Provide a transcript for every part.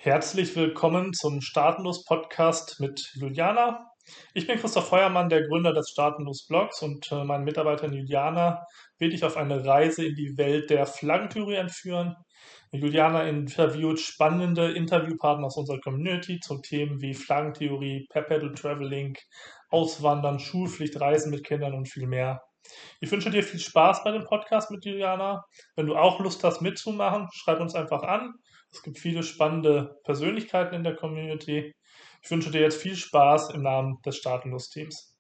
Herzlich willkommen zum Startenlos-Podcast mit Juliana. Ich bin Christoph Feuermann, der Gründer des Startenlos-Blogs und meine Mitarbeiterin Juliana wird dich auf eine Reise in die Welt der Flaggentheorie entführen. Juliana interviewt spannende Interviewpartner aus unserer Community zu Themen wie Flaggentheorie, Perpetual Traveling, Auswandern, Schulpflicht, Reisen mit Kindern und viel mehr. Ich wünsche dir viel Spaß bei dem Podcast mit Juliana. Wenn du auch Lust hast mitzumachen, schreib uns einfach an. Es gibt viele spannende Persönlichkeiten in der Community. Ich wünsche dir jetzt viel Spaß im Namen des Startenlos-Teams.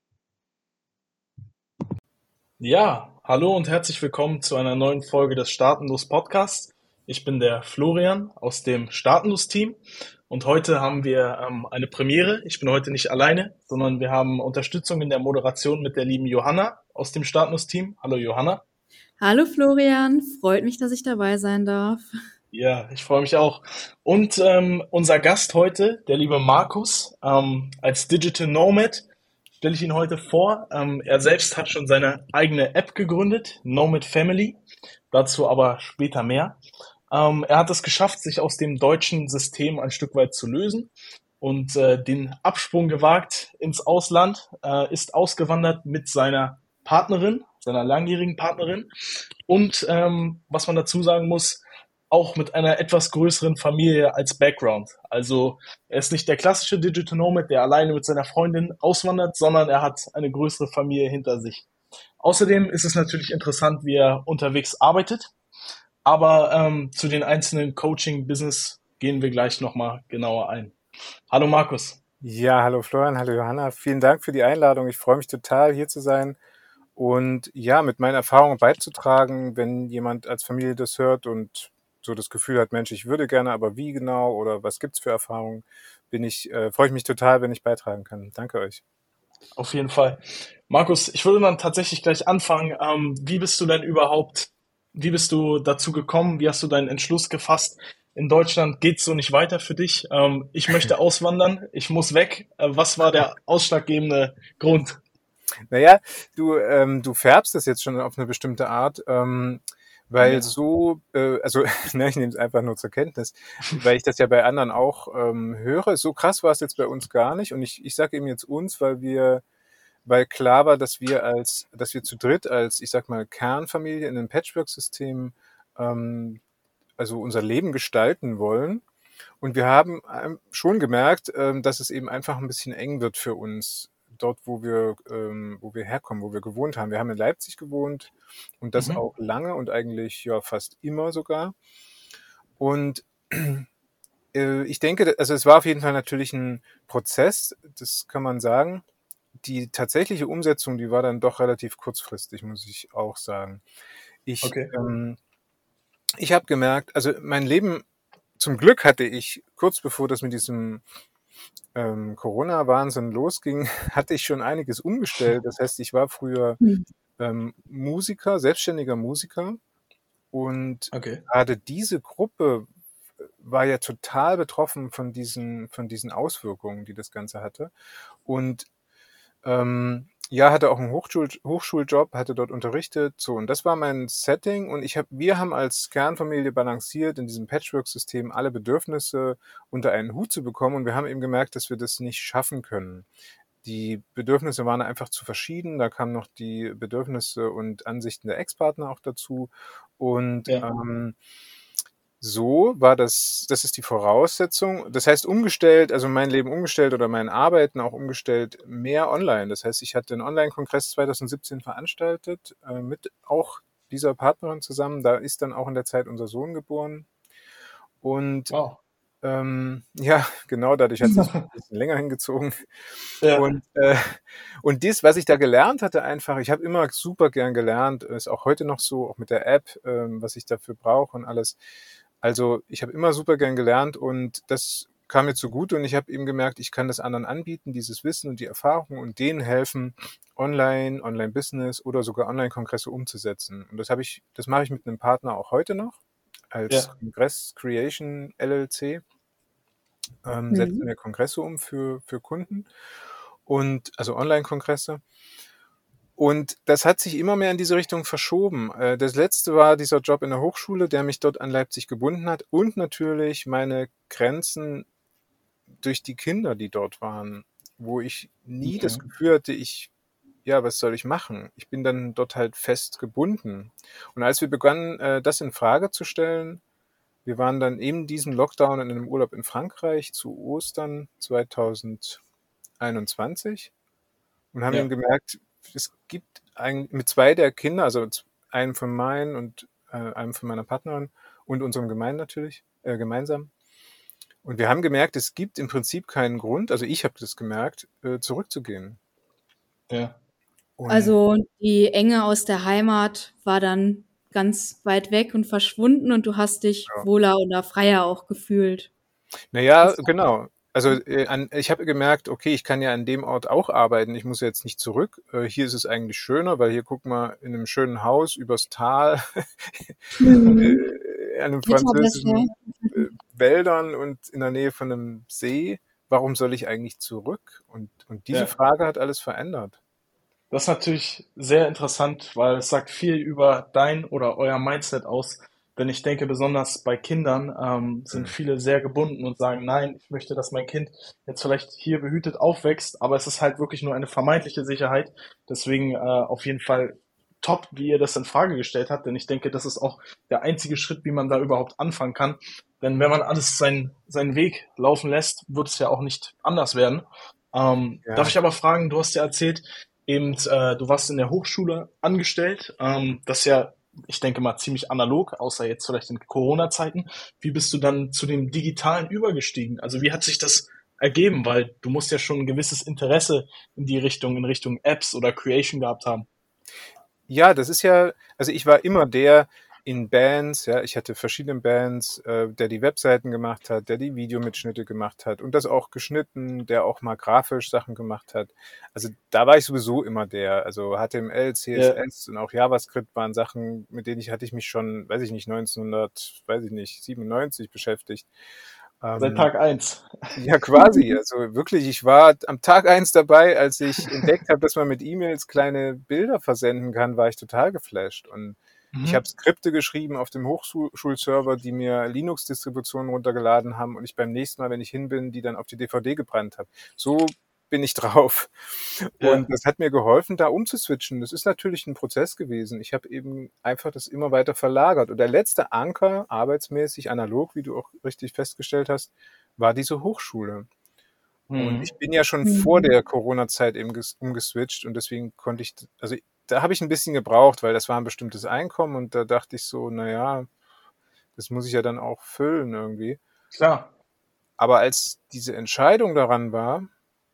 Ja, hallo und herzlich willkommen zu einer neuen Folge des Startenlos Podcasts. Ich bin der Florian aus dem Startenlos-Team und heute haben wir eine Premiere. Ich bin heute nicht alleine, sondern wir haben Unterstützung in der Moderation mit der lieben Johanna aus dem Startenlos-Team. Hallo Johanna. Hallo Florian, freut mich, dass ich dabei sein darf. Ja, ich freue mich auch. Und unser Gast heute, der liebe Markus, als Digital Nomad, stelle ich ihn heute vor. Er selbst hat schon seine eigene App gegründet, Nomad Family. Dazu aber später mehr. Er hat es geschafft, sich aus dem deutschen System ein Stück weit zu lösen und den Absprung gewagt ins Ausland, ist ausgewandert mit seiner Partnerin, seiner langjährigen Partnerin und was man dazu sagen muss, auch mit einer etwas größeren Familie als Background. Also er ist nicht der klassische Digital Nomad, der alleine mit seiner Freundin auswandert, sondern er hat eine größere Familie hinter sich. Außerdem ist es natürlich interessant, wie er unterwegs arbeitet, aber zu den einzelnen Coaching-Business gehen wir gleich nochmal genauer ein. Hallo Markus. Ja, hallo Florian, hallo Johanna. Vielen Dank für die Einladung. Ich freue mich total, hier zu sein und ja, mit meinen Erfahrungen beizutragen, wenn jemand als Familie das hört und so das Gefühl hat, Mensch, ich würde gerne, aber wie genau oder was gibt's für Erfahrungen, freue ich mich total, wenn ich beitragen kann. Danke euch. Auf jeden Fall. Markus, ich würde dann tatsächlich gleich anfangen. Wie bist du dazu gekommen? Wie hast du deinen Entschluss gefasst? In Deutschland geht's so nicht weiter für dich. Ich möchte auswandern, ich muss weg. Was war der ausschlaggebende Grund? Naja, du färbst es jetzt schon auf eine bestimmte Art, weil Ja. also ne, ich nehme es einfach nur zur Kenntnis, weil ich das ja bei anderen auch höre. So krass war es jetzt bei uns gar nicht. Und ich sage eben jetzt uns, weil klar war, dass wir zu dritt als, ich sag mal, Kernfamilie in einem Patchwork-System also unser Leben gestalten wollen. Und wir haben schon gemerkt, dass es eben einfach ein bisschen eng wird für uns dort, wo wir herkommen, wo wir gewohnt haben. Wir haben in Leipzig gewohnt und das Mhm. auch lange und eigentlich ja fast immer sogar. Und ich denke, also es war auf jeden Fall natürlich ein Prozess, das kann man sagen. Die tatsächliche Umsetzung, die war dann doch relativ kurzfristig, muss ich auch sagen. Ich, Okay. ähm, ich habe gemerkt, also mein Leben, zum Glück hatte ich kurz bevor das mit diesem Corona-Wahnsinn losging, hatte ich schon einiges umgestellt. Das heißt, ich war früher Musiker, selbstständiger Musiker und Okay. gerade diese Gruppe war ja total betroffen von diesen Auswirkungen, die das Ganze hatte. Und ja, hatte auch einen Hochschuljob, hatte dort unterrichtet, so. Und das war mein Setting. Und wir haben als Kernfamilie balanciert, in diesem Patchwork-System alle Bedürfnisse unter einen Hut zu bekommen. Und wir haben eben gemerkt, dass wir das nicht schaffen können. Die Bedürfnisse waren einfach zu verschieden. Da kamen noch die Bedürfnisse und Ansichten der Ex-Partner auch dazu. Und Ja. so war das ist die Voraussetzung. Das heißt umgestellt, also mein Leben umgestellt oder mein Arbeiten auch umgestellt, mehr online. Das heißt, ich hatte einen Online-Kongress 2017 veranstaltet, mit auch dieser Partnerin zusammen. Da ist dann auch in der Zeit unser Sohn geboren. Und Wow. ja, genau, dadurch hat sich ein bisschen länger hingezogen. Ja. Und das, was ich da gelernt hatte, einfach, ich habe immer super gern gelernt, ist auch heute noch so, auch mit der App, was ich dafür brauche und alles. Also ich habe immer super gern gelernt und das kam mir zugute und ich habe eben gemerkt, ich kann das anderen anbieten, dieses Wissen und die Erfahrung und denen helfen, Online-Business oder sogar Online-Kongresse umzusetzen. Und das mache ich mit einem Partner auch heute noch als Ja. Kongress Creation LLC. Setzen wir Kongresse um für Kunden und also Online-Kongresse. Und das hat sich immer mehr in diese Richtung verschoben. Das letzte war dieser Job in der Hochschule, der mich dort an Leipzig gebunden hat und natürlich meine Grenzen durch die Kinder, die dort waren, wo ich nie das Okay. Gefühl hatte, was soll ich machen? Ich bin dann dort halt fest gebunden. Und als wir begannen, das in Frage zu stellen, wir waren dann in diesem Lockdown in einem Urlaub in Frankreich zu Ostern 2021 und haben eben Ja. gemerkt, es gibt mit zwei der Kinder, also einem von meinen und einem von meiner Partnerin und unserem gemeinsam. Und wir haben gemerkt, es gibt im Prinzip keinen Grund, also ich habe das gemerkt, zurückzugehen. Ja. Und Also die Enge aus der Heimat war dann ganz weit weg und verschwunden und du hast dich ja. wohler oder freier auch gefühlt. Naja, Das genau. Also ich habe gemerkt, okay, ich kann ja an dem Ort auch arbeiten. Ich muss jetzt nicht zurück. Hier ist es eigentlich schöner, weil hier guck mal in einem schönen Haus übers Tal, Mhm. an einem Wetter besser. französischen Wäldern und in der Nähe von einem See. Warum soll ich eigentlich zurück? Und diese Ja. Frage hat alles verändert. Das ist natürlich sehr interessant, weil es sagt viel über dein oder euer Mindset aus. Denn ich denke, besonders bei Kindern sind Hm. viele sehr gebunden und sagen, nein, ich möchte, dass mein Kind jetzt vielleicht hier behütet aufwächst, aber es ist halt wirklich nur eine vermeintliche Sicherheit. Deswegen auf jeden Fall top, wie ihr das in Frage gestellt habt, denn ich denke, das ist auch der einzige Schritt, wie man da überhaupt anfangen kann. Denn wenn man alles seinen Weg laufen lässt, wird es ja auch nicht anders werden. Darf Ja. ich aber fragen, du hast ja erzählt, eben, du warst in der Hochschule angestellt. Das ist ja, ich denke mal, ziemlich analog, außer jetzt vielleicht in Corona-Zeiten. Wie bist du dann zu dem Digitalen übergestiegen? Also wie hat sich das ergeben? Weil du musst ja schon ein gewisses Interesse in Richtung Apps oder Creation gehabt haben. Ja, das ist ja, also ich war immer der in Bands, ja, ich hatte verschiedene Bands, der die Webseiten gemacht hat, der die Videomitschnitte gemacht hat und das auch geschnitten, der auch mal grafisch Sachen gemacht hat. Also da war ich sowieso immer der. Also HTML, Ja, CSS und auch JavaScript waren Sachen, mit denen hatte ich mich schon, weiß ich nicht, 1997 beschäftigt. seit Ähm, Tag eins. ja, quasi. Also wirklich, ich war am Tag eins dabei, als ich entdeckt habe, dass man mit E-Mails kleine Bilder versenden kann, war ich total geflasht. Und ich Mhm. habe Skripte geschrieben auf dem Hochschulserver, die mir Linux-Distributionen runtergeladen haben und ich beim nächsten Mal, wenn ich hin bin, die dann auf die DVD gebrannt habe. So bin ich drauf. Und Ja, das hat mir geholfen, da umzuswitchen. Das ist natürlich ein Prozess gewesen. Ich habe eben einfach das immer weiter verlagert. Und der letzte Anker, arbeitsmäßig, analog, wie du auch richtig festgestellt hast, war diese Hochschule. Und mhm. ich bin ja schon vor Mhm. der Corona-Zeit eben umgeswitcht und deswegen konnte ich, also da habe ich ein bisschen gebraucht, weil das war ein bestimmtes Einkommen und da dachte ich so, naja, das muss ich ja dann auch füllen irgendwie. Klar. Aber als diese Entscheidung daran war,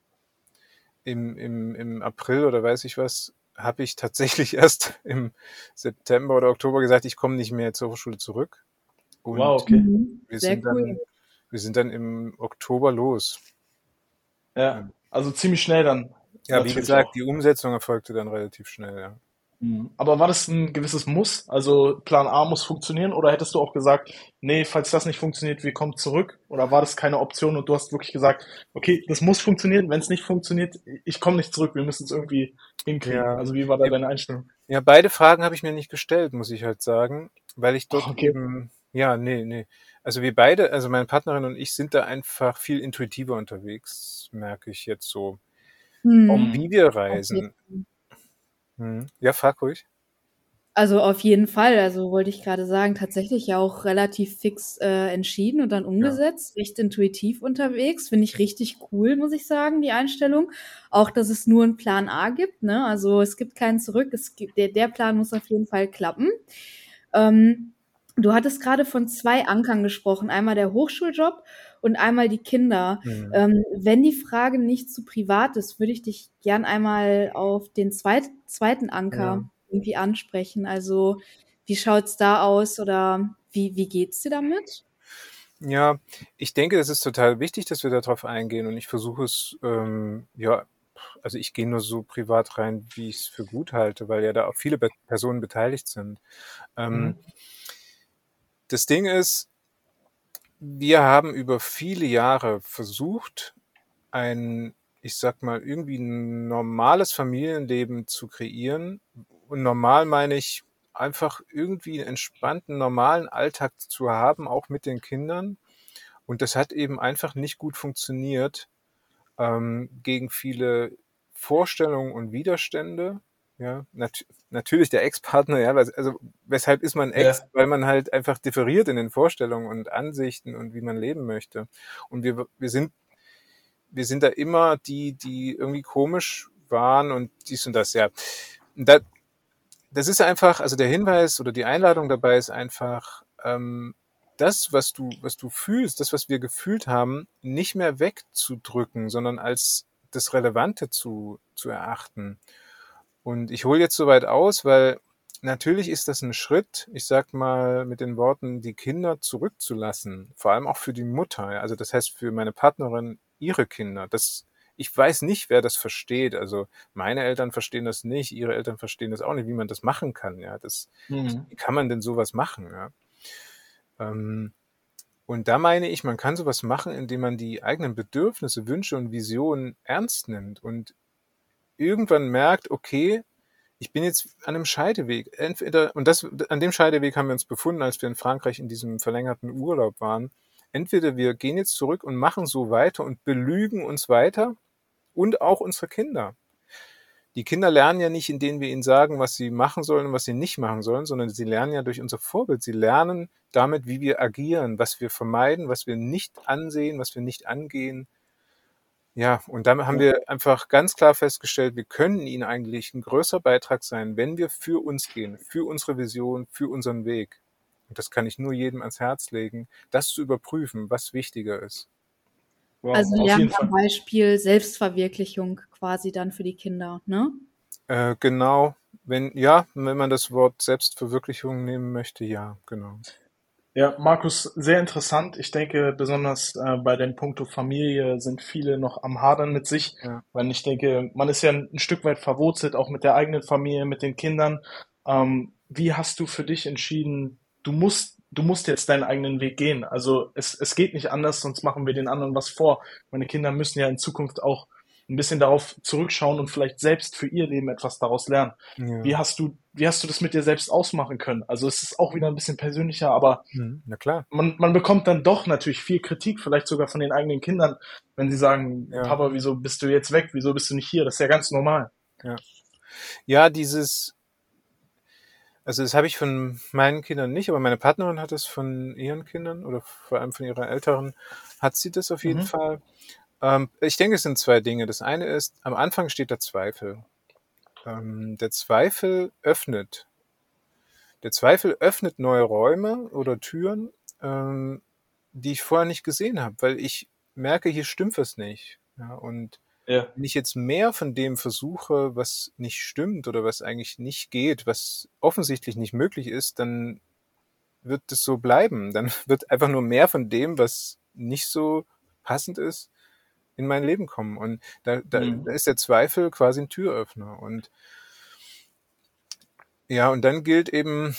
im April oder weiß ich was, habe ich tatsächlich erst im September oder Oktober gesagt, ich komme nicht mehr zur Hochschule zurück. Wow, Und okay. Mhm. wir Sehr sind cool. dann, wir sind dann im Oktober los. Ja, also ziemlich schnell dann Ja, wie natürlich gesagt, auch. die Umsetzung erfolgte dann relativ schnell, ja. Mhm. Aber war das ein gewisses Muss? Also Plan A muss funktionieren oder hättest du auch gesagt, nee, falls das nicht funktioniert, wir kommen zurück? Oder war das keine Option und du hast wirklich gesagt, okay, das muss funktionieren, wenn es nicht funktioniert, ich komme nicht zurück, wir müssen es irgendwie hinkriegen. Ja, Also wie war da ja, deine Einstellung? ja, beide Fragen habe ich mir nicht gestellt, muss ich halt sagen, weil ich Oh, dort okay. eben, ja, nee. Also wir beide, also meine Partnerin und ich sind da einfach viel intuitiver unterwegs, merke ich jetzt so. Auch Mhm. Mhm. wie wir Auf jeden reisen. Fall. Ja, frag ruhig. Also auf jeden Fall. Also wollte ich gerade sagen, tatsächlich ja auch relativ fix entschieden und dann Ja. umgesetzt, recht intuitiv unterwegs. Finde ich richtig cool, muss ich sagen, die Einstellung. Auch, dass es nur einen Plan A gibt, ne? Also es gibt keinen zurück. Es gibt, der Plan muss auf jeden Fall klappen. Du hattest gerade von zwei Ankern gesprochen. Einmal der Hochschuljob und einmal die Kinder. Mhm. Wenn die Frage nicht zu privat ist, würde ich dich gern einmal auf den zweiten Ja. Anker irgendwie ansprechen. Also, wie schaut's da aus oder wie geht's dir damit? Ja, ich denke, es ist total wichtig, dass wir darauf eingehen und ich versuche es, ja, also ich gehe nur so privat rein, wie ich es für gut halte, weil ja da auch viele Personen beteiligt sind. Ähm, Mhm. Das Ding ist, wir haben über viele Jahre versucht, ein ich sag mal, irgendwie ein normales Familienleben zu kreieren. Und normal meine ich einfach irgendwie einen entspannten, normalen Alltag zu haben, auch mit den Kindern. Und das hat eben einfach nicht gut funktioniert, gegen viele Vorstellungen und Widerstände. Ja, natürlich der Ex-Partner, ja, also weshalb ist man Ex? Ja. Weil man halt einfach differiert in den Vorstellungen und Ansichten und wie man leben möchte. Und wir sind da immer die irgendwie komisch waren und dies und das, ja. Und das ist einfach, also der Hinweis oder die Einladung dabei ist einfach, das, was du fühlst, das, was wir gefühlt haben, nicht mehr wegzudrücken, sondern als das Relevante zu erachten. Und ich hole jetzt so weit aus, weil natürlich ist das ein Schritt, ich sag mal mit den Worten, die Kinder zurückzulassen, vor allem auch für die Mutter. Ja. Also das heißt für meine Partnerin, ihre Kinder. Ich weiß nicht, wer das versteht. Also meine Eltern verstehen das nicht, ihre Eltern verstehen das auch nicht, wie man das machen kann. Ja, Mhm. wie kann man denn sowas machen? Ja? Und da meine ich, man kann sowas machen, indem man die eigenen Bedürfnisse, Wünsche und Visionen ernst nimmt und irgendwann merkt, okay, ich bin jetzt an einem Scheideweg. Entweder, und an dem Scheideweg haben wir uns befunden, als wir in Frankreich in diesem verlängerten Urlaub waren. Entweder wir gehen jetzt zurück und machen so weiter und belügen uns weiter und auch unsere Kinder. Die Kinder lernen ja nicht, indem wir ihnen sagen, was sie machen sollen und was sie nicht machen sollen, sondern sie lernen ja durch unser Vorbild. Sie lernen damit, wie wir agieren, was wir vermeiden, was wir nicht ansehen, was wir nicht angehen. Ja, und damit haben Ja. wir einfach ganz klar festgestellt, wir können ihnen eigentlich ein größerer Beitrag sein, wenn wir für uns gehen, für unsere Vision, für unseren Weg. Und das kann ich nur jedem ans Herz legen, das zu überprüfen, was wichtiger ist. Wow, Also auf lernen jeden Fall. am Beispiel Selbstverwirklichung quasi dann für die Kinder, ne? Genau, wenn man das Wort Selbstverwirklichung nehmen möchte, ja, genau. Ja, Markus, sehr interessant. Ich denke, besonders bei dem Punkto Familie sind viele noch am Hadern mit sich, Ja. weil ich denke, man ist ja ein Stück weit verwurzelt, auch mit der eigenen Familie, mit den Kindern. Wie hast du für dich entschieden, du musst jetzt deinen eigenen Weg gehen? Also es geht nicht anders, sonst machen wir den anderen was vor. Meine Kinder müssen ja in Zukunft auch ein bisschen darauf zurückschauen und vielleicht selbst für ihr Leben etwas daraus lernen. Ja. Wie hast du das mit dir selbst ausmachen können? Also es ist auch wieder ein bisschen persönlicher, aber Na klar. man bekommt dann doch natürlich viel Kritik, vielleicht sogar von den eigenen Kindern, wenn sie sagen, Ja. Papa, wieso bist du jetzt weg? Wieso bist du nicht hier? Das ist ja ganz normal. Ja, also das habe ich von meinen Kindern nicht, aber meine Partnerin hat es von ihren Kindern oder vor allem von ihrer Älteren, hat sie das auf jeden Mhm. Fall. Ich denke, es sind zwei Dinge. Das eine ist, am Anfang steht der Zweifel. Der Zweifel öffnet. Der Zweifel öffnet neue Räume oder Türen, die ich vorher nicht gesehen habe, weil ich merke, hier stimmt was nicht. Ja, und Ja. wenn ich jetzt mehr von dem versuche, was nicht stimmt oder was eigentlich nicht geht, was offensichtlich nicht möglich ist, dann wird es so bleiben. Dann wird einfach nur mehr von dem, was nicht so passend ist, in mein Leben kommen. Und da ist der Zweifel quasi ein Türöffner. Und ja, und dann gilt eben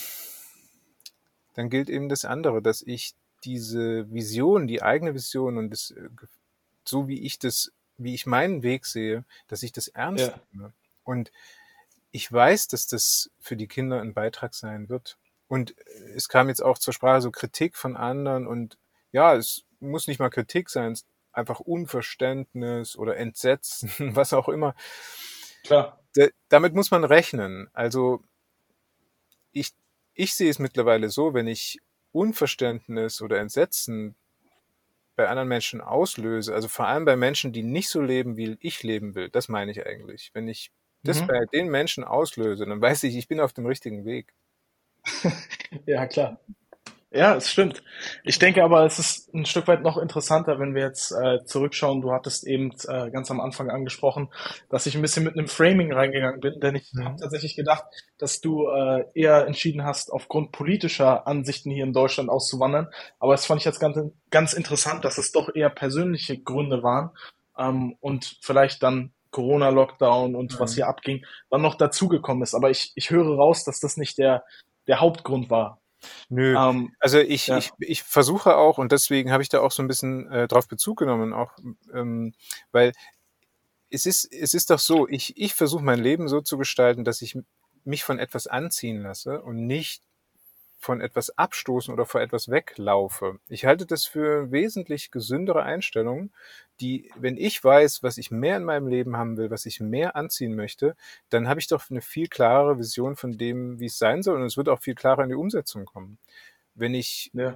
das andere, dass ich diese Vision, die eigene Vision und das, so wie ich meinen Weg sehe, dass ich das ernst Ja. nehme. Und ich weiß, dass das für die Kinder ein Beitrag sein wird. Und es kam jetzt auch zur Sprache so Kritik von anderen und ja, es muss nicht mal Kritik sein, es ist einfach Unverständnis oder Entsetzen, was auch immer. Klar. Damit muss man rechnen. Also ich sehe es mittlerweile so, wenn ich Unverständnis oder Entsetzen bei anderen Menschen auslöse, also vor allem bei Menschen, die nicht so leben, wie ich leben will, das meine ich eigentlich. Wenn ich das Mhm. bei den Menschen auslöse, dann weiß ich bin auf dem richtigen Weg. Ja, klar. Ja, es stimmt. Ich denke aber, es ist ein Stück weit noch interessanter, wenn wir jetzt zurückschauen. Du hattest eben ganz am Anfang angesprochen, dass ich ein bisschen mit einem Framing reingegangen bin, denn ich habe tatsächlich gedacht, dass du eher entschieden hast, aufgrund politischer Ansichten hier in Deutschland auszuwandern. Aber das fand ich jetzt ganz, ganz interessant, dass es doch eher persönliche Gründe waren und vielleicht dann Corona-Lockdown und was hier abging, dann noch dazugekommen ist. Aber ich höre raus, dass das nicht der Hauptgrund war. Nö, also Ja. ich versuche auch, und deswegen habe ich da auch so ein bisschen drauf Bezug genommen, auch weil es ist doch so, ich versuche mein Leben so zu gestalten, dass ich mich von etwas anziehen lasse und nicht von etwas abstoßen oder vor etwas weglaufe. Ich halte das für wesentlich gesündere Einstellungen, die, wenn ich weiß, was ich mehr in meinem Leben haben will, was ich mehr anziehen möchte, dann habe ich doch eine viel klarere Vision von dem, wie es sein soll, und es wird auch viel klarer in die Umsetzung kommen. Wenn ich Ja.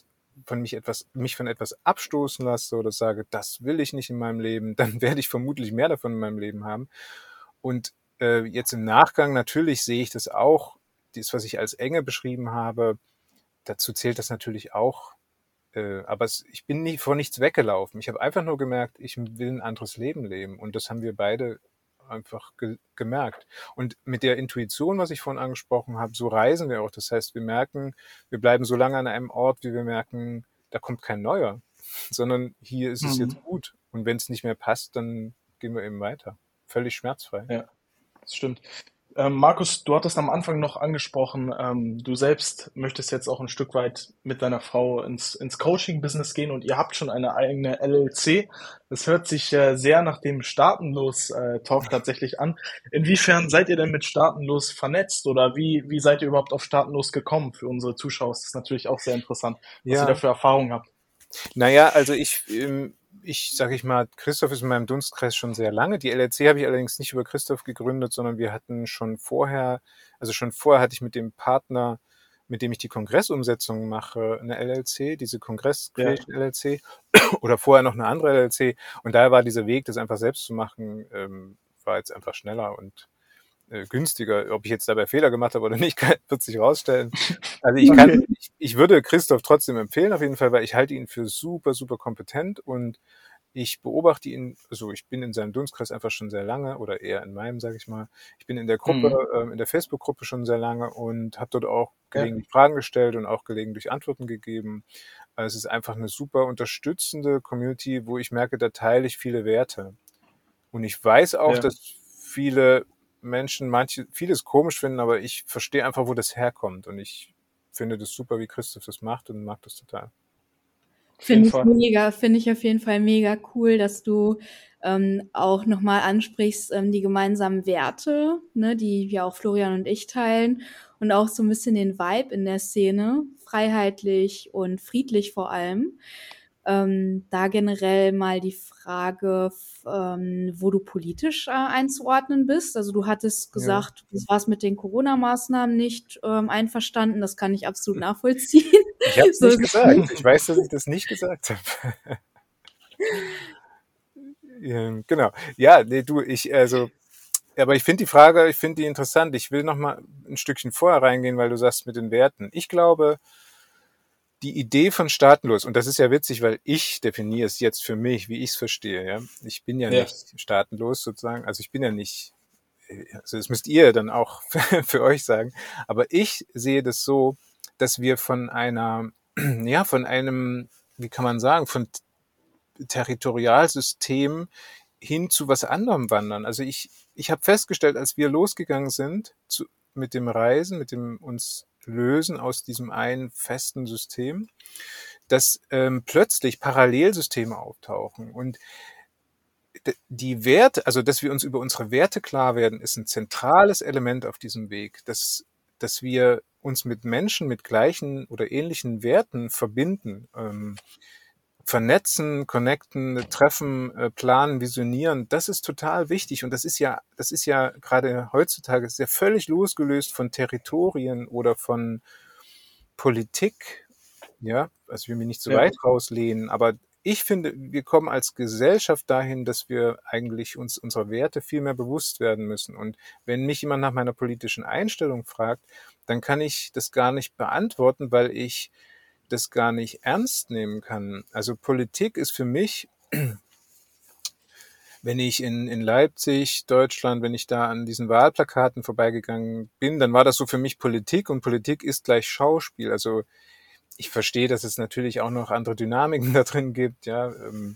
mich von etwas abstoßen lasse oder sage, das will ich nicht in meinem Leben, dann werde ich vermutlich mehr davon in meinem Leben haben. Und jetzt im Nachgang natürlich sehe ich das auch, das, was ich als Enge beschrieben habe, dazu zählt das natürlich auch. Aber ich bin nie vor nichts weggelaufen. Ich habe einfach nur gemerkt, ich will ein anderes Leben leben. Und das haben wir beide einfach gemerkt. Und mit der Intuition, was ich vorhin angesprochen habe, so reisen wir auch. Das heißt, wir merken, wir bleiben so lange an einem Ort, wie wir merken, da kommt kein neuer, sondern hier ist es jetzt gut. Und wenn es nicht mehr passt, dann gehen wir eben weiter. Völlig schmerzfrei. Ja, das stimmt. Markus, du hattest am Anfang noch angesprochen, du selbst möchtest jetzt auch ein Stück weit mit deiner Frau ins Coaching-Business gehen und ihr habt schon eine eigene LLC. Das hört sich sehr nach dem Staatenlos-Talk tatsächlich an. Inwiefern seid ihr denn mit Staatenlos vernetzt oder wie seid ihr überhaupt auf Staatenlos gekommen? Für unsere Zuschauer ist das natürlich auch sehr interessant, was ihr da für Erfahrungen habt. Naja, also sage ich mal, Christoph ist in meinem Dunstkreis schon sehr lange. Die LLC habe ich allerdings nicht über Christoph gegründet, sondern wir hatten schon vorher hatte ich mit dem Partner, mit dem ich die Kongressumsetzung mache, eine LLC, diese Kongress Creation LLC, oder vorher noch eine andere LLC. Und daher war dieser Weg, das einfach selbst zu machen, war jetzt einfach schneller und günstiger. Ob ich jetzt dabei Fehler gemacht habe oder nicht, wird sich rausstellen. Also ich würde Christoph trotzdem empfehlen, auf jeden Fall, weil ich halte ihn für super, super kompetent und ich beobachte ihn, also ich bin in seinem Dunstkreis einfach schon sehr lange oder eher in meinem, sage ich mal. Ich bin in der Gruppe, in der Facebook-Gruppe schon sehr lange und habe dort auch gelegentlich Fragen gestellt und auch gelegentlich Antworten gegeben. Also es ist einfach eine super unterstützende Community, wo ich merke, da teile ich viele Werte. Und ich weiß auch, dass viele Menschen vieles komisch finden, aber ich verstehe einfach, wo das herkommt. Und ich finde das super, wie Christoph das macht und mag das total. Finde ich auf jeden Fall mega cool, dass du auch nochmal ansprichst, die gemeinsamen Werte, ne, die wir auch Florian und ich teilen und auch so ein bisschen den Vibe in der Szene, freiheitlich und friedlich vor allem. Da generell mal die Frage, wo du politisch einzuordnen bist. Also du hattest gesagt, du warst mit den Corona-Maßnahmen nicht einverstanden. Das kann ich absolut nachvollziehen. Ich habe es nicht gesagt. Ich weiß, dass ich das nicht gesagt habe. Genau. Ja, nee, aber ich finde die interessant. Ich will noch mal ein Stückchen vorher reingehen, weil du sagst mit den Werten. Ich glaube, die Idee von staatenlos, und das ist ja witzig, weil ich definiere es jetzt für mich, wie ich es verstehe. Ja? Ich bin ja nicht staatenlos sozusagen, also ich bin ja nicht, also das müsst ihr dann auch für euch sagen, aber ich sehe das so, dass wir von einem, wie kann man sagen, von Territorialsystem hin zu was anderem wandern. Also ich habe festgestellt, als wir losgegangen sind mit dem Reisen, mit dem uns lösen aus diesem einen festen System, dass plötzlich Parallelsysteme auftauchen und die Werte, also dass wir uns über unsere Werte klar werden, ist ein zentrales Element auf diesem Weg, dass wir uns mit Menschen mit gleichen oder ähnlichen Werten verbinden, vernetzen, connecten, treffen, planen, visionieren, das ist total wichtig und das ist ja gerade heutzutage sehr völlig losgelöst von Territorien oder von Politik, ja, also ich will mich nicht so weit rauslehnen, aber ich finde, wir kommen als Gesellschaft dahin, dass wir eigentlich uns unserer Werte viel mehr bewusst werden müssen. Und wenn mich jemand nach meiner politischen Einstellung fragt, dann kann ich das gar nicht beantworten, weil ich das gar nicht ernst nehmen kann. Also Politik ist für mich, wenn ich in Leipzig, Deutschland, wenn ich da an diesen Wahlplakaten vorbeigegangen bin, dann war das so für mich Politik und Politik ist gleich Schauspiel. Also ich verstehe, dass es natürlich auch noch andere Dynamiken da drin gibt, ja.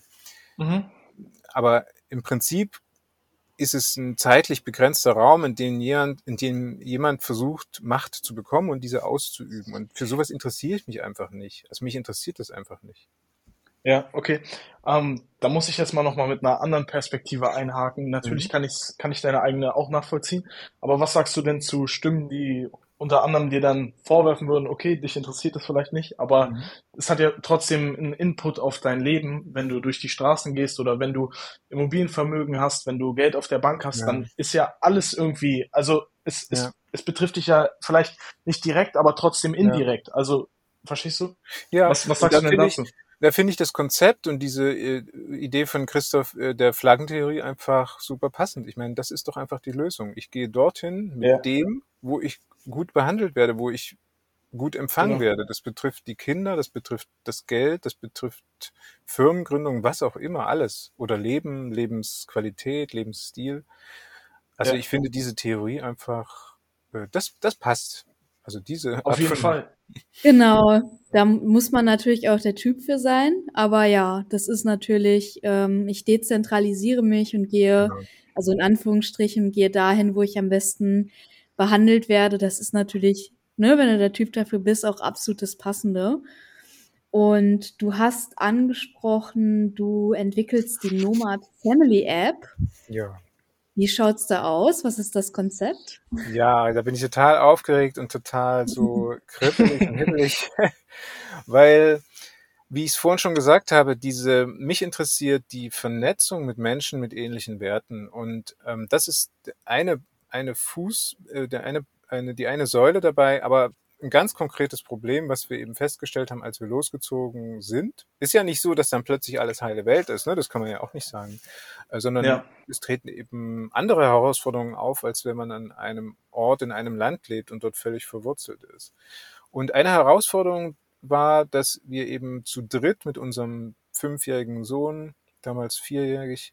Aber im Prinzip ist es ein zeitlich begrenzter Raum, in dem jemand versucht, Macht zu bekommen und diese auszuüben. Und für sowas interessiere ich mich einfach nicht. Also mich interessiert das einfach nicht. Ja, okay. Da muss ich jetzt mal nochmal mit einer anderen Perspektive einhaken. Natürlich Mhm. kann ich deine eigene auch nachvollziehen. Aber was sagst du denn zu Stimmen, die unter anderem dir dann vorwerfen würden, okay, dich interessiert das vielleicht nicht, aber Mhm. es hat ja trotzdem einen Input auf dein Leben, wenn du durch die Straßen gehst oder wenn du Immobilienvermögen hast, wenn du Geld auf der Bank hast, Ja, dann ist ja alles irgendwie, also ja, es betrifft dich ja vielleicht nicht direkt, aber trotzdem ja. indirekt. Also, verstehst du? Ja, Was und sagst du denn dazu? da finde ich das Konzept und diese Idee von Christoph der Flaggentheorie einfach super passend. Ich meine, das ist doch einfach die Lösung. Ich gehe dorthin mit Ja, dem, wo ich gut behandelt werde, wo ich gut empfangen genau. werde. Das betrifft die Kinder, das betrifft das Geld, das betrifft Firmengründung, was auch immer, alles. Oder Leben, Lebensqualität, Lebensstil. Also Ja, ich finde diese Theorie einfach, das passt. Also diese auf Art jeden von, Fall. Genau, da muss man natürlich auch der Typ für sein. Aber ja, das ist natürlich, ich dezentralisiere mich und gehe, genau. also in Anführungsstrichen, gehe dahin, wo ich am besten behandelt werde. Das ist natürlich, ne, wenn du der Typ dafür bist, auch absolut das Passende. Und du hast angesprochen, du entwickelst die Nomad Family App. Ja. Wie schaut's da aus? Was ist das Konzept? Ja, da bin ich total aufgeregt und total so kribbelig und hibbelig, weil, wie ich es vorhin schon gesagt habe, mich interessiert die Vernetzung mit Menschen mit ähnlichen Werten. Und das ist die eine Säule dabei, aber ein ganz konkretes Problem, was wir eben festgestellt haben, als wir losgezogen sind, ist ja nicht so, dass dann plötzlich alles heile Welt ist, ne? Das kann man ja auch nicht sagen, sondern Ja, es treten eben andere Herausforderungen auf, als wenn man an einem Ort in einem Land lebt und dort völlig verwurzelt ist. Und eine Herausforderung war, dass wir eben zu dritt mit unserem 5-jährigen Sohn, damals 4-jährig,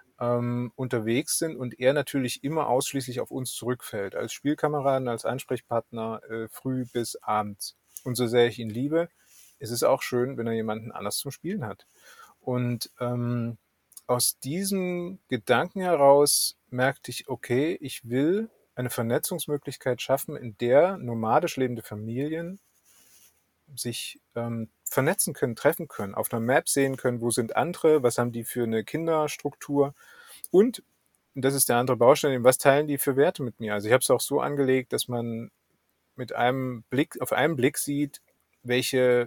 unterwegs sind und er natürlich immer ausschließlich auf uns zurückfällt, als Spielkameraden, als Ansprechpartner, früh bis abends. Und so sehr ich ihn liebe, ist es auch schön, wenn er jemanden anders zum Spielen hat. Und aus diesem Gedanken heraus merkte ich, okay, ich will eine Vernetzungsmöglichkeit schaffen, in der nomadisch lebende Familien sich vernetzen können, treffen können, auf einer Map sehen können, wo sind andere, was haben die für eine Kinderstruktur und das ist der andere Baustein, was teilen die für Werte mit mir? Also ich habe es auch so angelegt, dass man mit einem Blick, auf einen Blick sieht, welche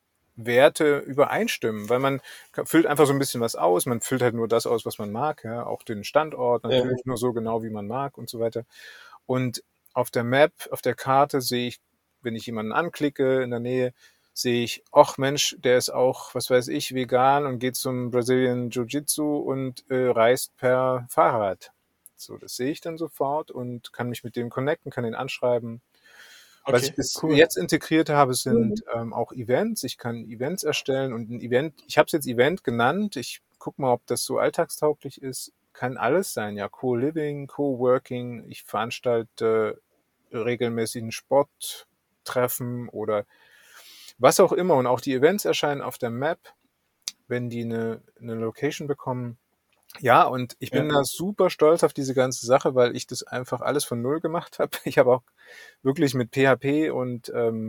Werte übereinstimmen, weil man füllt einfach so ein bisschen was aus, man füllt halt nur das aus, was man mag, ja, auch den Standort ja, natürlich nur so genau, wie man mag und so weiter. Und auf der Map, auf der Karte sehe ich, wenn ich jemanden anklicke in der Nähe, sehe ich, ach Mensch, der ist auch, was weiß ich, vegan und geht zum Brazilian Jiu-Jitsu und reist per Fahrrad. So, das sehe ich dann sofort und kann mich mit dem connecten, kann ihn anschreiben. Was ich okay, bis cool. jetzt integriert habe, sind auch Events. Ich kann Events erstellen und ein Event, ich habe es jetzt Event genannt. Ich gucke mal, ob das so alltagstauglich ist. Kann alles sein, ja. Co-Living, Co-Working. Ich veranstalte regelmäßigen Sporttreffen oder was auch immer. Und auch die Events erscheinen auf der Map, wenn die eine Location bekommen. Ja, und ich bin Ja, da super stolz auf diese ganze Sache, weil ich das einfach alles von Null gemacht habe. Ich habe auch wirklich mit PHP und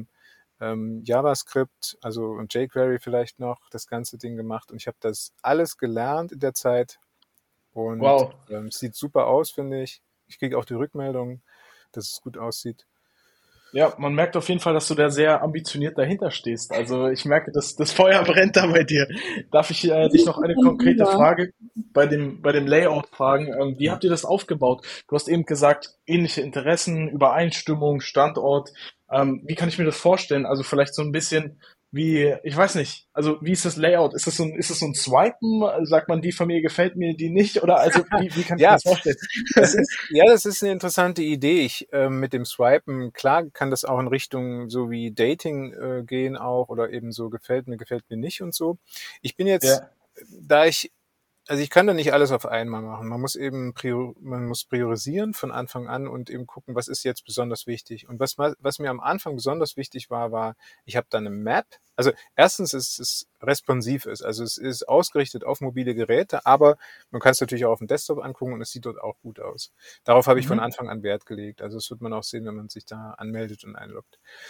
JavaScript, also und jQuery vielleicht noch, das ganze Ding gemacht. Und ich habe das alles gelernt in der Zeit und wow. es sieht super aus, finde ich. Ich kriege auch die Rückmeldung, dass es gut aussieht. Ja, man merkt auf jeden Fall, dass du da sehr ambitioniert dahinter stehst. Also ich merke, dass das Feuer brennt da bei dir. Darf ich dich noch eine konkrete Lieber. Frage bei dem Layout fragen? Wie Ja. habt ihr das aufgebaut? Du hast eben gesagt, ähnliche Interessen, Übereinstimmung, Standort. Wie kann ich mir das vorstellen? Also vielleicht so ein bisschen wie, ich weiß nicht, also wie ist das Layout? Ist es so ein Swipen? Sagt man, die Familie gefällt mir, die nicht? Oder also wie kann ich mir Ja, das vorstellen? das ist eine interessante Idee. Mit dem Swipen, klar kann das auch in Richtung so wie Dating gehen auch oder eben so gefällt mir nicht und so. Ich bin jetzt, Ja. da ich Also ich kann da nicht alles auf einmal machen. Man muss priorisieren von Anfang an und eben gucken, was ist jetzt besonders wichtig. Und was mir am Anfang besonders wichtig war, ich habe da eine Map. Also erstens ist es responsiv ist, also es ist ausgerichtet auf mobile Geräte, aber man kann es natürlich auch auf dem Desktop angucken und es sieht dort auch gut aus. Darauf habe ich von Mhm. Anfang an Wert gelegt. Also das wird man auch sehen, wenn man sich da anmeldet und einloggt.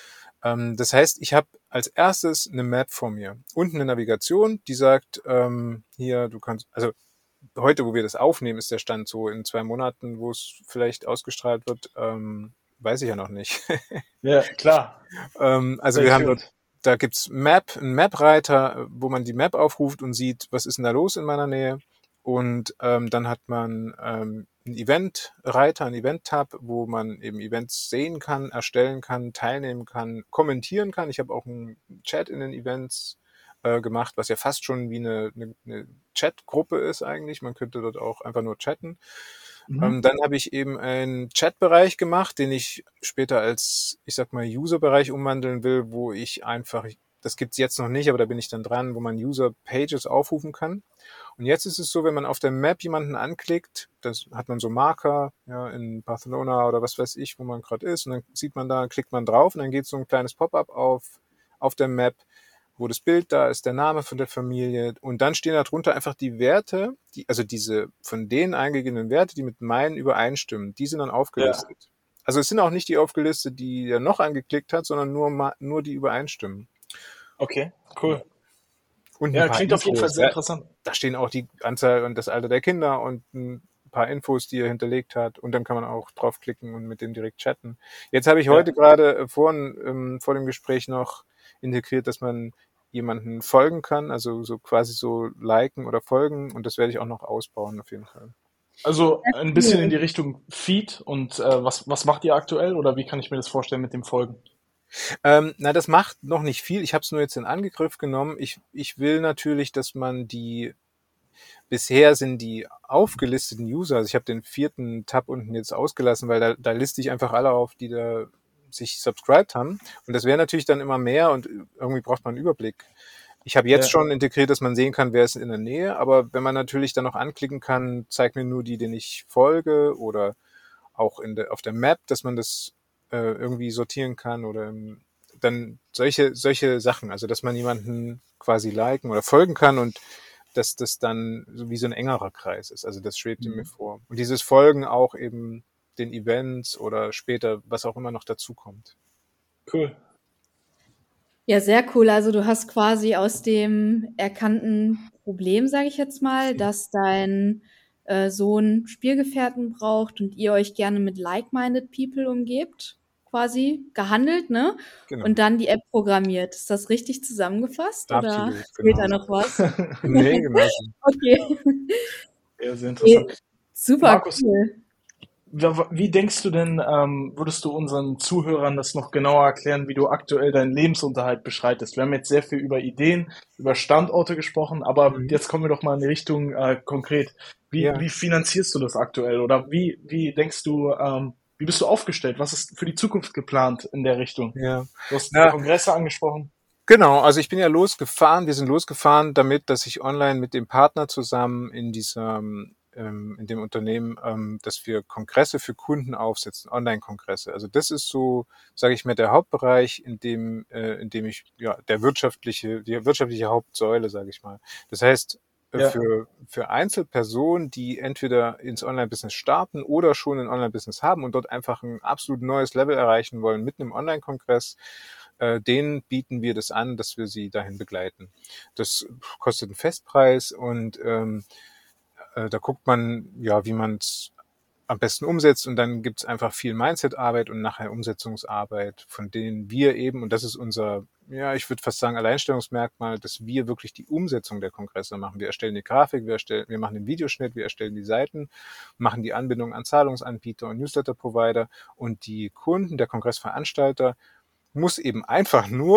Das heißt, ich habe als erstes eine Map vor mir und eine Navigation, die sagt, hier, du kannst, also heute, wo wir das aufnehmen, ist der Stand so in 2 Monaten, wo es vielleicht ausgestrahlt wird, weiß ich ja noch nicht. Ja, klar. Also Stay wir haben dort, tuned. da gibt's einen Map-Reiter, wo man die Map aufruft und sieht, was ist denn da los in meiner Nähe. Und dann hat man einen Event-Reiter, einen Event-Tab, wo man eben Events sehen kann, erstellen kann, teilnehmen kann, kommentieren kann. Ich habe auch einen Chat in den Events gemacht, was ja fast schon wie eine Chat-Gruppe ist eigentlich. Man könnte dort auch einfach nur chatten. Dann habe ich eben einen Chat-Bereich gemacht, den ich später als, ich sag mal, User-Bereich umwandeln will, wo ich einfach, das gibt's jetzt noch nicht, aber da bin ich dann dran, wo man User-Pages aufrufen kann. Und jetzt ist es so, wenn man auf der Map jemanden anklickt, das hat man so Marker, ja, in Barcelona oder was weiß ich, wo man gerade ist, und dann sieht man da, klickt man drauf und dann geht so ein kleines Pop-up auf der Map, wo das Bild da ist, der Name von der Familie, und dann stehen da drunter einfach die Werte, also diese von denen eingegebenen Werte, die mit meinen übereinstimmen, die sind dann Ja, aufgelistet. Also es sind auch nicht die aufgelistet, die er noch angeklickt hat, sondern nur die übereinstimmen. okay, Ja. cool. Und ein Ja, paar klingt auf jeden Fall Infos. sehr Ja, interessant. da stehen auch die Anzahl und das Alter der Kinder und ein paar Infos, die er hinterlegt hat. Und dann kann man auch draufklicken und mit dem direkt chatten. Jetzt habe ich heute Ja, gerade vor dem Gespräch noch integriert, dass man jemanden folgen kann, also so quasi so liken oder folgen. Und das werde ich auch noch ausbauen auf jeden Fall. also Sehr ein bisschen in cool. die Richtung Feed und was macht ihr aktuell oder wie kann ich mir das vorstellen mit dem Folgen? Na, das macht noch nicht viel. Ich habe es nur jetzt in Angriff genommen. Ich will natürlich, dass man bisher sind die aufgelisteten User, also ich habe den 4. Tab unten jetzt ausgelassen, weil da liste ich einfach alle auf, die da sich subscribed haben. Und das wäre natürlich dann immer mehr und irgendwie braucht man einen Überblick. Ich habe jetzt Ja, schon integriert, dass man sehen kann, wer ist in der Nähe, aber wenn man natürlich dann noch anklicken kann, zeigt mir nur die, denen ich folge, oder auch auf der Map, dass man das irgendwie sortieren kann, oder dann solche Sachen, also dass man jemanden quasi liken oder folgen kann und dass das dann so wie so ein engerer Kreis ist. Also das schwebte mir vor. Und dieses Folgen auch eben den Events oder später, was auch immer noch dazu kommt. cool. Ja, sehr cool. Also du hast quasi aus dem erkannten Problem, sage ich jetzt mal, dass dein Sohn Spielgefährten braucht und ihr euch gerne mit like-minded people umgebt, quasi gehandelt, ne? Genau. Und dann die App programmiert. Ist das richtig zusammengefasst oder Absolut, fehlt da genau so. noch was? Nee, genau so. Okay. Ja, sehr interessant. Nee, super Markus, cool. wie denkst du denn, würdest du unseren Zuhörern das noch genauer erklären, wie du aktuell deinen Lebensunterhalt beschreitest? Wir haben jetzt sehr viel über Ideen, über Standorte gesprochen, aber Mhm. jetzt kommen wir doch mal in die Richtung konkret. Ja, Wie finanzierst du das aktuell? Oder wie denkst du, wie bist du aufgestellt? Was ist für die Zukunft geplant in der Richtung? ja. Du hast Na, Kongresse angesprochen. genau, also ich bin ja losgefahren, wir sind losgefahren damit, dass ich online mit dem Partner zusammen in dem Unternehmen, dass wir Kongresse für Kunden aufsetzen, Online-Kongresse. Also das ist so, sage ich mal, der Hauptbereich, in dem ich, ja, die wirtschaftliche Hauptsäule, sage ich mal. Das heißt, Ja, für Einzelpersonen, die entweder ins Online-Business starten oder schon ein Online-Business haben und dort einfach ein absolut neues Level erreichen wollen mit einem Online-Kongress, denen bieten wir das an, dass wir sie dahin begleiten. Das kostet einen Festpreis und da guckt man, ja, wie man es am besten umsetzt, und dann gibt's einfach viel Mindset-Arbeit und nachher Umsetzungsarbeit, von denen wir eben, und das ist unser, ja, ich würde fast sagen, Alleinstellungsmerkmal, dass wir wirklich die Umsetzung der Kongresse machen. Wir erstellen die Grafik, wir machen den Videoschnitt, wir erstellen die Seiten, machen die Anbindung an Zahlungsanbieter und Newsletter-Provider, und die Kunden, der Kongressveranstalter, muss eben einfach nur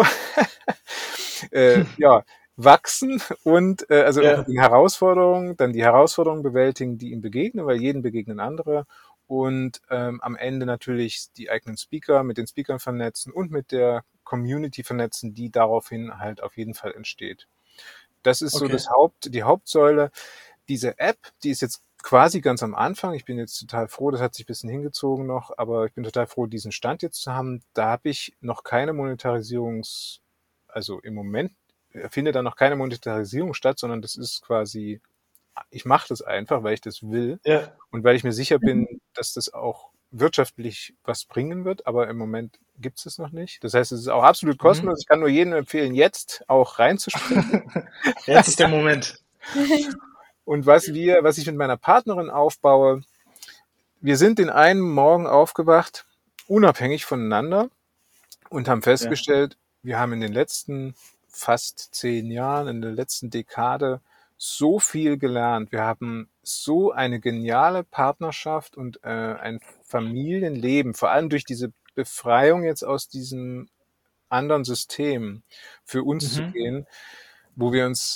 ja, wachsen und also unter ja, den Herausforderungen, dann die Herausforderungen bewältigen, die ihm begegnen, weil jedem begegnen andere, und am Ende natürlich die eigenen Speaker mit den Speakern vernetzen und mit der Community vernetzen, die daraufhin halt auf jeden Fall entsteht. Das ist so okay. die Hauptsäule. Diese App, die ist jetzt quasi ganz am Anfang. Ich bin jetzt total froh, das hat sich ein bisschen hingezogen noch, aber ich bin total froh, diesen Stand jetzt zu haben. Da habe ich noch keine also im Moment findet da noch keine Monetarisierung statt, sondern das ist quasi, ich mache das einfach, weil ich das will Ja, und weil ich mir sicher bin, dass das auch wirtschaftlich was bringen wird, aber im Moment gibt es noch nicht. Das heißt, es ist auch absolut kostenlos. Ich kann nur jedem empfehlen, jetzt auch reinzuspringen. Jetzt ist der Moment. Und was ich mit meiner Partnerin aufbaue, wir sind in einem Morgen aufgewacht, unabhängig voneinander, und haben festgestellt, wir haben in den letzten fast 10 Jahren, in der letzten Dekade so viel gelernt. Wir haben so eine geniale Partnerschaft und ein Familienleben, vor allem durch diese Befreiung jetzt aus diesem anderen System für uns zu gehen, wo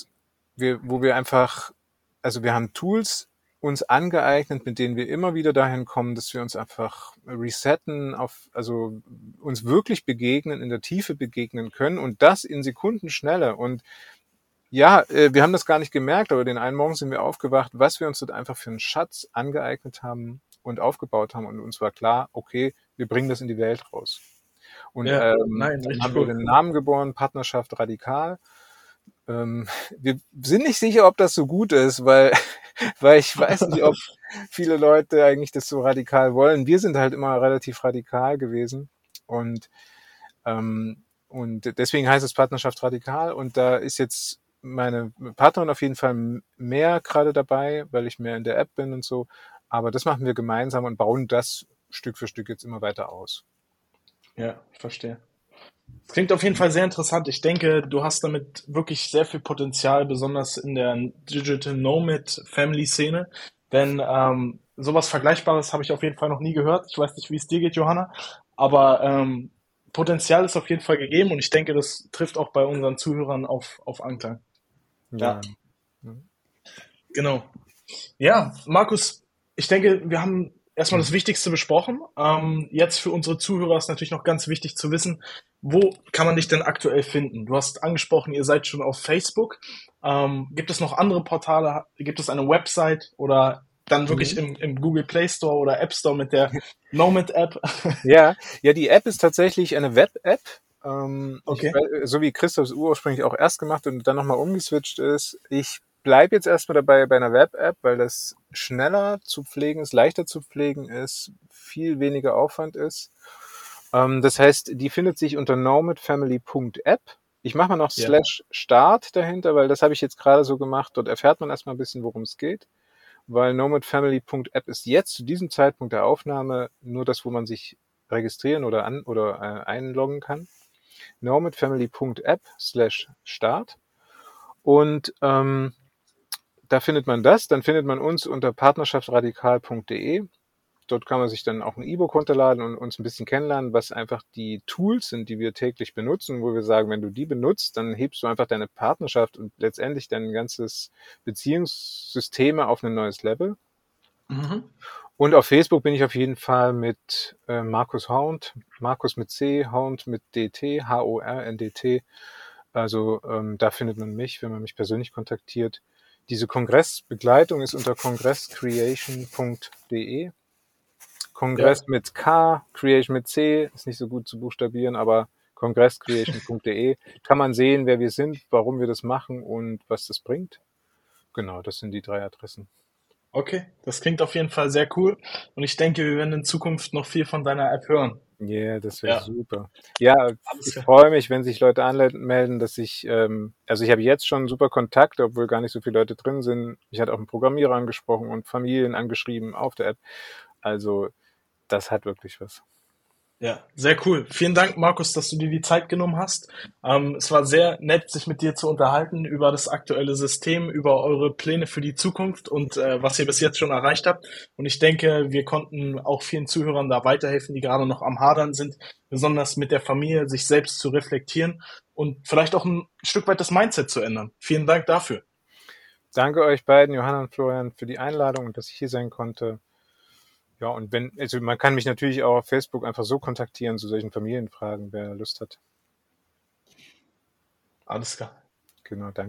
wir einfach, also wir haben Tools uns angeeignet, mit denen wir immer wieder dahin kommen, dass wir uns einfach resetten, also uns wirklich begegnen, in der Tiefe begegnen können, und das in Sekundenschnelle. Und ja, wir haben das gar nicht gemerkt, aber den einen Morgen sind wir aufgewacht, was wir uns dort einfach für einen Schatz angeeignet haben und aufgebaut haben. Und uns war klar, okay, wir bringen das in die Welt raus. Und dann haben wir den Namen geboren, Partnerschaft Radikal. Wir sind nicht sicher, ob das so gut ist, weil ich weiß nicht, ob viele Leute eigentlich das so radikal wollen. Wir sind halt immer relativ radikal gewesen, und deswegen heißt es Partnerschaft Radikal, und da ist jetzt meine Partnerin auf jeden Fall mehr gerade dabei, weil ich mehr in der App bin und so. Aber das machen wir gemeinsam und bauen das Stück für Stück jetzt immer weiter aus. Ja, verstehe. Das klingt auf jeden Fall sehr interessant. Ich denke, du hast damit wirklich sehr viel Potenzial, besonders in der Digital Nomad Family Szene. Denn sowas Vergleichbares habe ich auf jeden Fall noch nie gehört. Ich weiß nicht, wie es dir geht, Johanna, aber Potenzial ist auf jeden Fall gegeben, und ich denke, das trifft auch bei unseren Zuhörern auf Anklang. Ja. Genau. Ja, Markus, ich denke, wir haben erstmal das Wichtigste besprochen. Jetzt für unsere Zuhörer ist natürlich noch ganz wichtig zu wissen, wo kann man dich denn aktuell finden? Du hast angesprochen, ihr seid schon auf Facebook. Gibt es noch andere Portale? Gibt es eine Website oder dann wirklich im Google Play Store oder App Store mit der Nomad-App? Ja, die App ist tatsächlich eine Web-App. Okay. So wie Christophs ursprünglich auch erst gemacht und dann nochmal umgeswitcht ist. Ich bleibe jetzt erstmal dabei bei einer Web-App, weil das schneller zu pflegen ist, leichter zu pflegen ist, viel weniger Aufwand ist. Das heißt, die findet sich unter nomadfamily.app. Ich mache mal noch /start dahinter, weil das habe ich jetzt gerade so gemacht. Dort erfährt man erstmal ein bisschen, worum es geht. Weil nomadfamily.app ist jetzt zu diesem Zeitpunkt der Aufnahme nur das, wo man sich registrieren oder einloggen kann. nomadfamily.app/start. Und da findet man das. Dann findet man uns unter partnerschaftsradikal.de. Dort kann man sich dann auch ein E-Book runterladen und uns ein bisschen kennenlernen, was einfach die Tools sind, die wir täglich benutzen, wo wir sagen, wenn du die benutzt, dann hebst du einfach deine Partnerschaft und letztendlich dein ganzes Beziehungssysteme auf ein neues Level. Und auf Facebook bin ich auf jeden Fall mit Markus Hornt, Markus mit C, Hornt mit DT, HORNDT. Also da findet man mich, wenn man mich persönlich kontaktiert. Diese Kongressbegleitung ist unter kongresscreation.de. Kongress mit K, Creation mit C, ist nicht so gut zu buchstabieren, aber kongresscreation.de. Kann man sehen, wer wir sind, warum wir das machen und was das bringt. Genau, das sind die 3 Adressen. Okay, das klingt auf jeden Fall sehr cool, und ich denke, wir werden in Zukunft noch viel von deiner App hören. Yeah, das wäre super. Ja, ich freue mich, wenn sich Leute anmelden, dass ich habe jetzt schon super Kontakte, obwohl gar nicht so viele Leute drin sind. Ich hatte auch einen Programmierer angesprochen und Familien angeschrieben auf der App. Also das hat wirklich was. Ja, sehr cool. Vielen Dank, Markus, dass du dir die Zeit genommen hast. Es war sehr nett, sich mit dir zu unterhalten über das aktuelle System, über eure Pläne für die Zukunft und was ihr bis jetzt schon erreicht habt. Und ich denke, wir konnten auch vielen Zuhörern da weiterhelfen, die gerade noch am Hadern sind, besonders mit der Familie, sich selbst zu reflektieren und vielleicht auch ein Stück weit das Mindset zu ändern. Vielen Dank dafür. Danke euch beiden, Johanna und Florian, für die Einladung und dass ich hier sein konnte. Ja, und man kann mich natürlich auch auf Facebook einfach so kontaktieren zu solchen Familienfragen, wer Lust hat. Alles klar. Genau, danke.